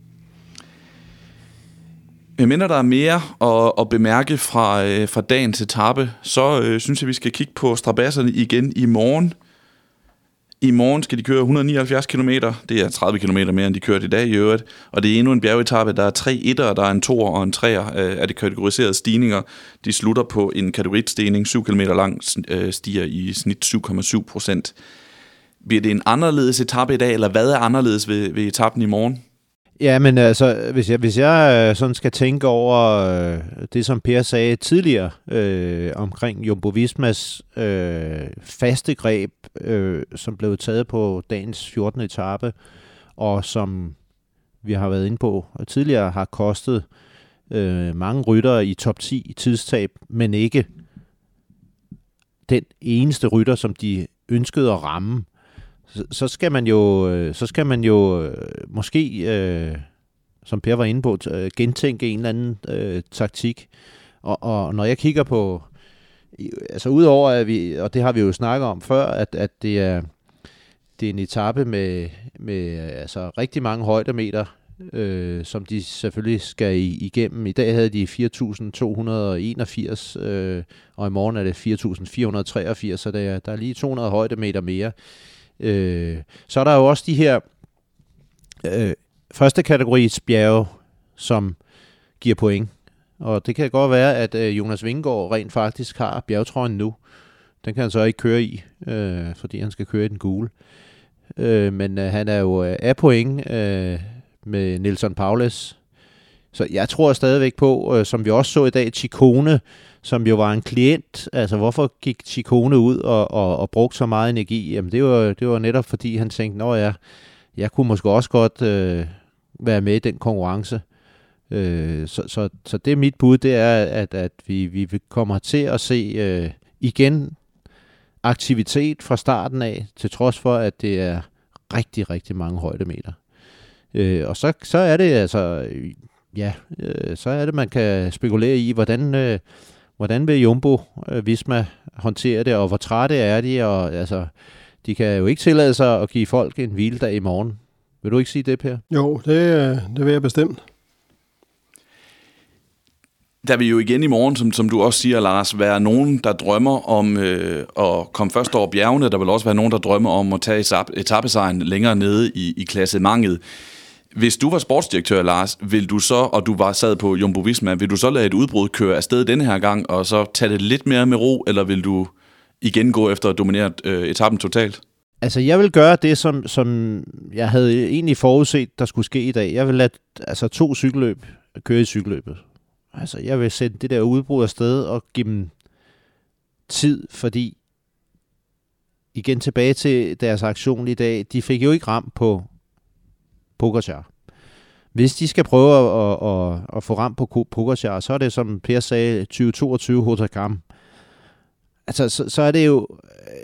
Jeg mener, der er mere at bemærke fra dagens etape, så synes jeg, vi skal kigge på strabasserne igen i morgen. I morgen skal de køre 179 km. Det er 30 km mere, end de kørte i dag i øvrigt. Og det er endnu en bjergetape. Der er 3 1'ere, der er en 2'er og en 3'er af de kategoriserede stigninger. De slutter på en kategoristigning, 7 km lang, stiger i snit 7,7%. Bliver det en anderledes etape i dag, eller hvad er anderledes ved etappen i morgen? Ja, men altså, hvis jeg sådan skal tænke over det, som Per sagde tidligere omkring Jumbo-Vismas faste greb, som blev taget på dagens 14. etape, og som vi har været inde på tidligere, har kostet mange ryttere i top 10 i tidstab, men ikke den eneste rytter, som de ønskede at ramme. Så skal man jo måske, som Per var inde på, gentænke en eller anden taktik. Og når jeg kigger på, altså udover at vi, og det har vi jo snakket om før, at det er en etape med altså rigtig mange højdemeter, som de selvfølgelig skal igennem. I dag havde de 4.281, og i morgen er det 4.483, så der er lige 200 højdemeter mere. Så er der jo også de her første kategoris bjerge, som giver point. Og det kan godt være, at Jonas Vingegaard rent faktisk har bjergtrøjen nu. Den kan han så ikke køre i, fordi han skal køre i den gule. Men han er jo af point med Nelson Paulus. Så jeg tror stadigvæk på, som vi også så i dag, Ciccone, som jo var en klient. Altså, hvorfor gik Ciccone ud og brugte så meget energi? Jamen, det var netop fordi, han tænkte, jeg kunne måske også godt være med i den konkurrence. Så det er mit bud, det er, at vi kommer til at se igen aktivitet fra starten af, til trods for, at det er rigtig, rigtig mange højdemeter. Og så er det altså, så er det, man kan spekulere i, hvordan vil Jumbo Visma håndtere det, og hvor trætte er de, og altså, de kan jo ikke tillade sig at give folk en hviledag i morgen. Vil du ikke sige det, Per? Jo, det vil jeg bestemt. Der vil jo igen i morgen, som du også siger, Lars, være nogen, der drømmer om at komme først over bjergene. Der vil også være nogen, der drømmer om at tage etapesejren længere nede i klassementet. Hvis du var sportsdirektør, Lars, vil du så, og du sad på Jumbo Visma, vil du så lade et udbrud køre afsted denne her gang, og så tage det lidt mere med ro, eller vil du igen gå efter at dominere etappen totalt? Altså, jeg vil gøre det, som jeg havde egentlig forudset, der skulle ske i dag. Jeg vil lade 2 cykelløb køre i cykelløbet. Altså, jeg vil sætte det der udbrud afsted og give dem tid, fordi igen tilbage til deres aktion i dag, de fik jo ikke ramt på Pogačar. Hvis de skal prøve at få ramt på Pogačar, så er det, som Per sagde, 2022 Hautacam. Altså, så er det jo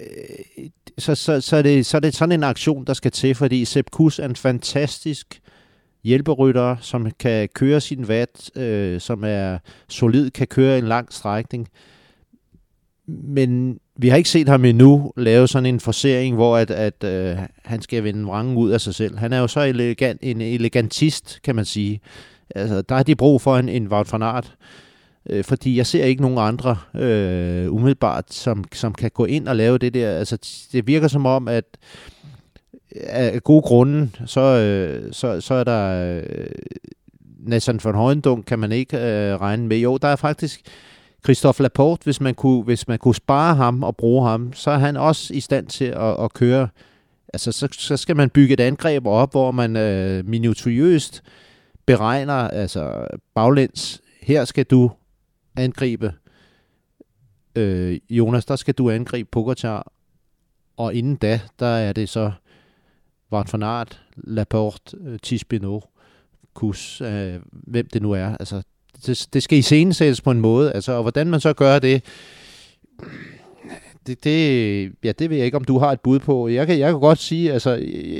så er det sådan en aktion, der skal til, fordi Sepp Kuss er en fantastisk hjælperytter, som kan køre sin watt, som er solid, kan køre en lang strækning. Men vi har ikke set ham endnu lave sådan en forcering, hvor at han skal vende vrangen ud af sig selv. Han er jo så en elegantist, kan man sige. Altså, der har de brug for en Wout van Aert, fordi jeg ser ikke nogen andre umiddelbart, som kan gå ind og lave det der. Altså, det virker som om, at af gode grunde, så er der Nathan van Hooijdonk, kan man ikke regne med. Jo, der er faktisk Christophe Laporte, hvis man kunne spare ham og bruge ham, så er han også i stand til at køre. Altså, så skal man bygge et angreb op, hvor man minutiøst beregner, altså baglæns, her skal du angribe Jonas, der skal du angribe Pogačar, og inden da, der er det så Wout van Aert, Laporte, Thies Benoot, Kuss, hvem det nu er. Altså, det skal iscenesættes på en måde, altså, og hvordan man så gør det, det ved jeg ikke, om du har et bud på. Jeg kan godt sige, altså,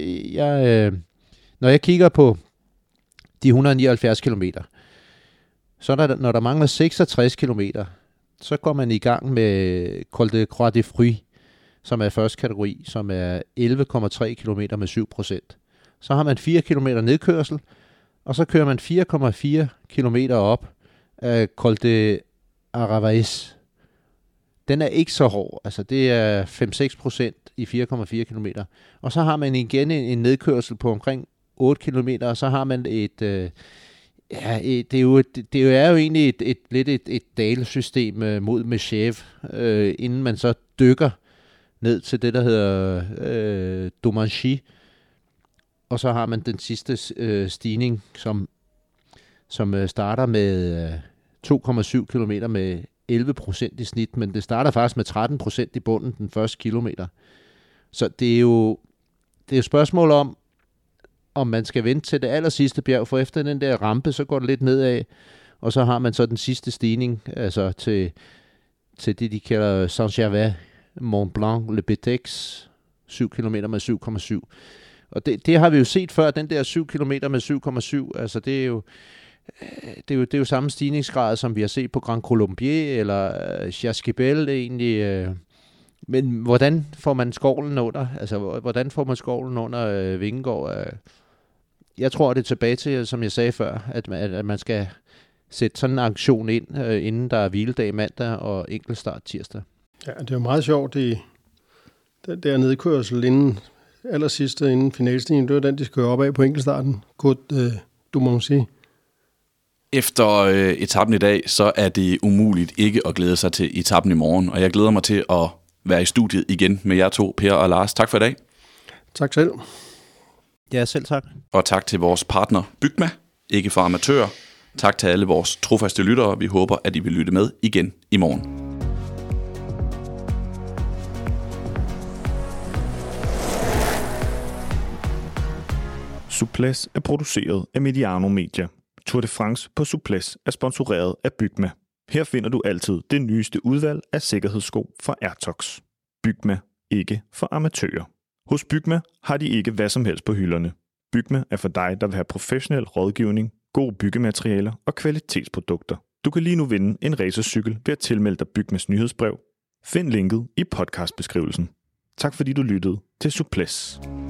når jeg kigger på de 179 kilometer, så når der mangler 66 kilometer, så går man i gang med Col de Croix de Fruits, som er første kategori, som er 11,3 kilometer med 7%. Så har man 4 kilometer nedkørsel, og så kører man 4,4 kilometer op af Col de Aravaes. Den er ikke så hård, altså det er 5-6% i 4,4 kilometer. Og så har man igen en nedkørsel på omkring 8 kilometer, og så har man det er jo egentlig et dalesystem mod Meshev, inden man så dykker ned til det, der hedder Domanchy. Og så har man den sidste stigning, som starter med 2,7 kilometer med 11% i snit, men det starter faktisk med 13% i bunden den første kilometer. Så det er jo spørgsmål om man skal vente til det aller sidste bjerg, for efter den der rampe, så går det lidt nedad, og så har man så den sidste stigning, altså til det, de kalder Saint-Gervais, Mont Blanc, Le Betex, 7 km med 7,7. Og det har vi jo set før, den der 7 km med 7,7, altså det er jo samme stigningsgrad, som vi har set på Grand Colombier, eller Jasquibel egentlig. Men hvordan får man skovlen under? Altså, hvordan får man skovlen under Vingegaard? Jeg tror, det er tilbage til, som jeg sagde før, at man skal sætte sådan en aktion ind, inden der er hviledag mandag og enkeltstart tirsdag. Ja, det er jo meget sjovt, den der nedkørsel inden finalstigningen, det var den, de skal op af på enkeltstarten. Côte du Moncy. Efter etappen i dag, så er det umuligt ikke at glæde sig til etappen i morgen, og jeg glæder mig til at være i studiet igen med jer to, Per og Lars. Tak for i dag. Tak selv. Ja, selv tak. Og tak til vores partner Bygma, ikke for amatører. Tak til alle vores trofaste lyttere. Vi håber, at I vil lytte med igen i morgen. Suples er produceret af Mediano Media. Tour de France på Souplesse er sponsoreret af Bygma. Her finder du altid det nyeste udvalg af sikkerhedssko fra Airtox. Bygma, ikke for amatører. Hos Bygma har de ikke hvad som helst på hylderne. Bygma er for dig, der vil have professionel rådgivning, gode byggematerialer og kvalitetsprodukter. Du kan lige nu vinde en racercykel ved at tilmelde dig Bygmas nyhedsbrev. Find linket i podcastbeskrivelsen. Tak fordi du lyttede til Souplesse.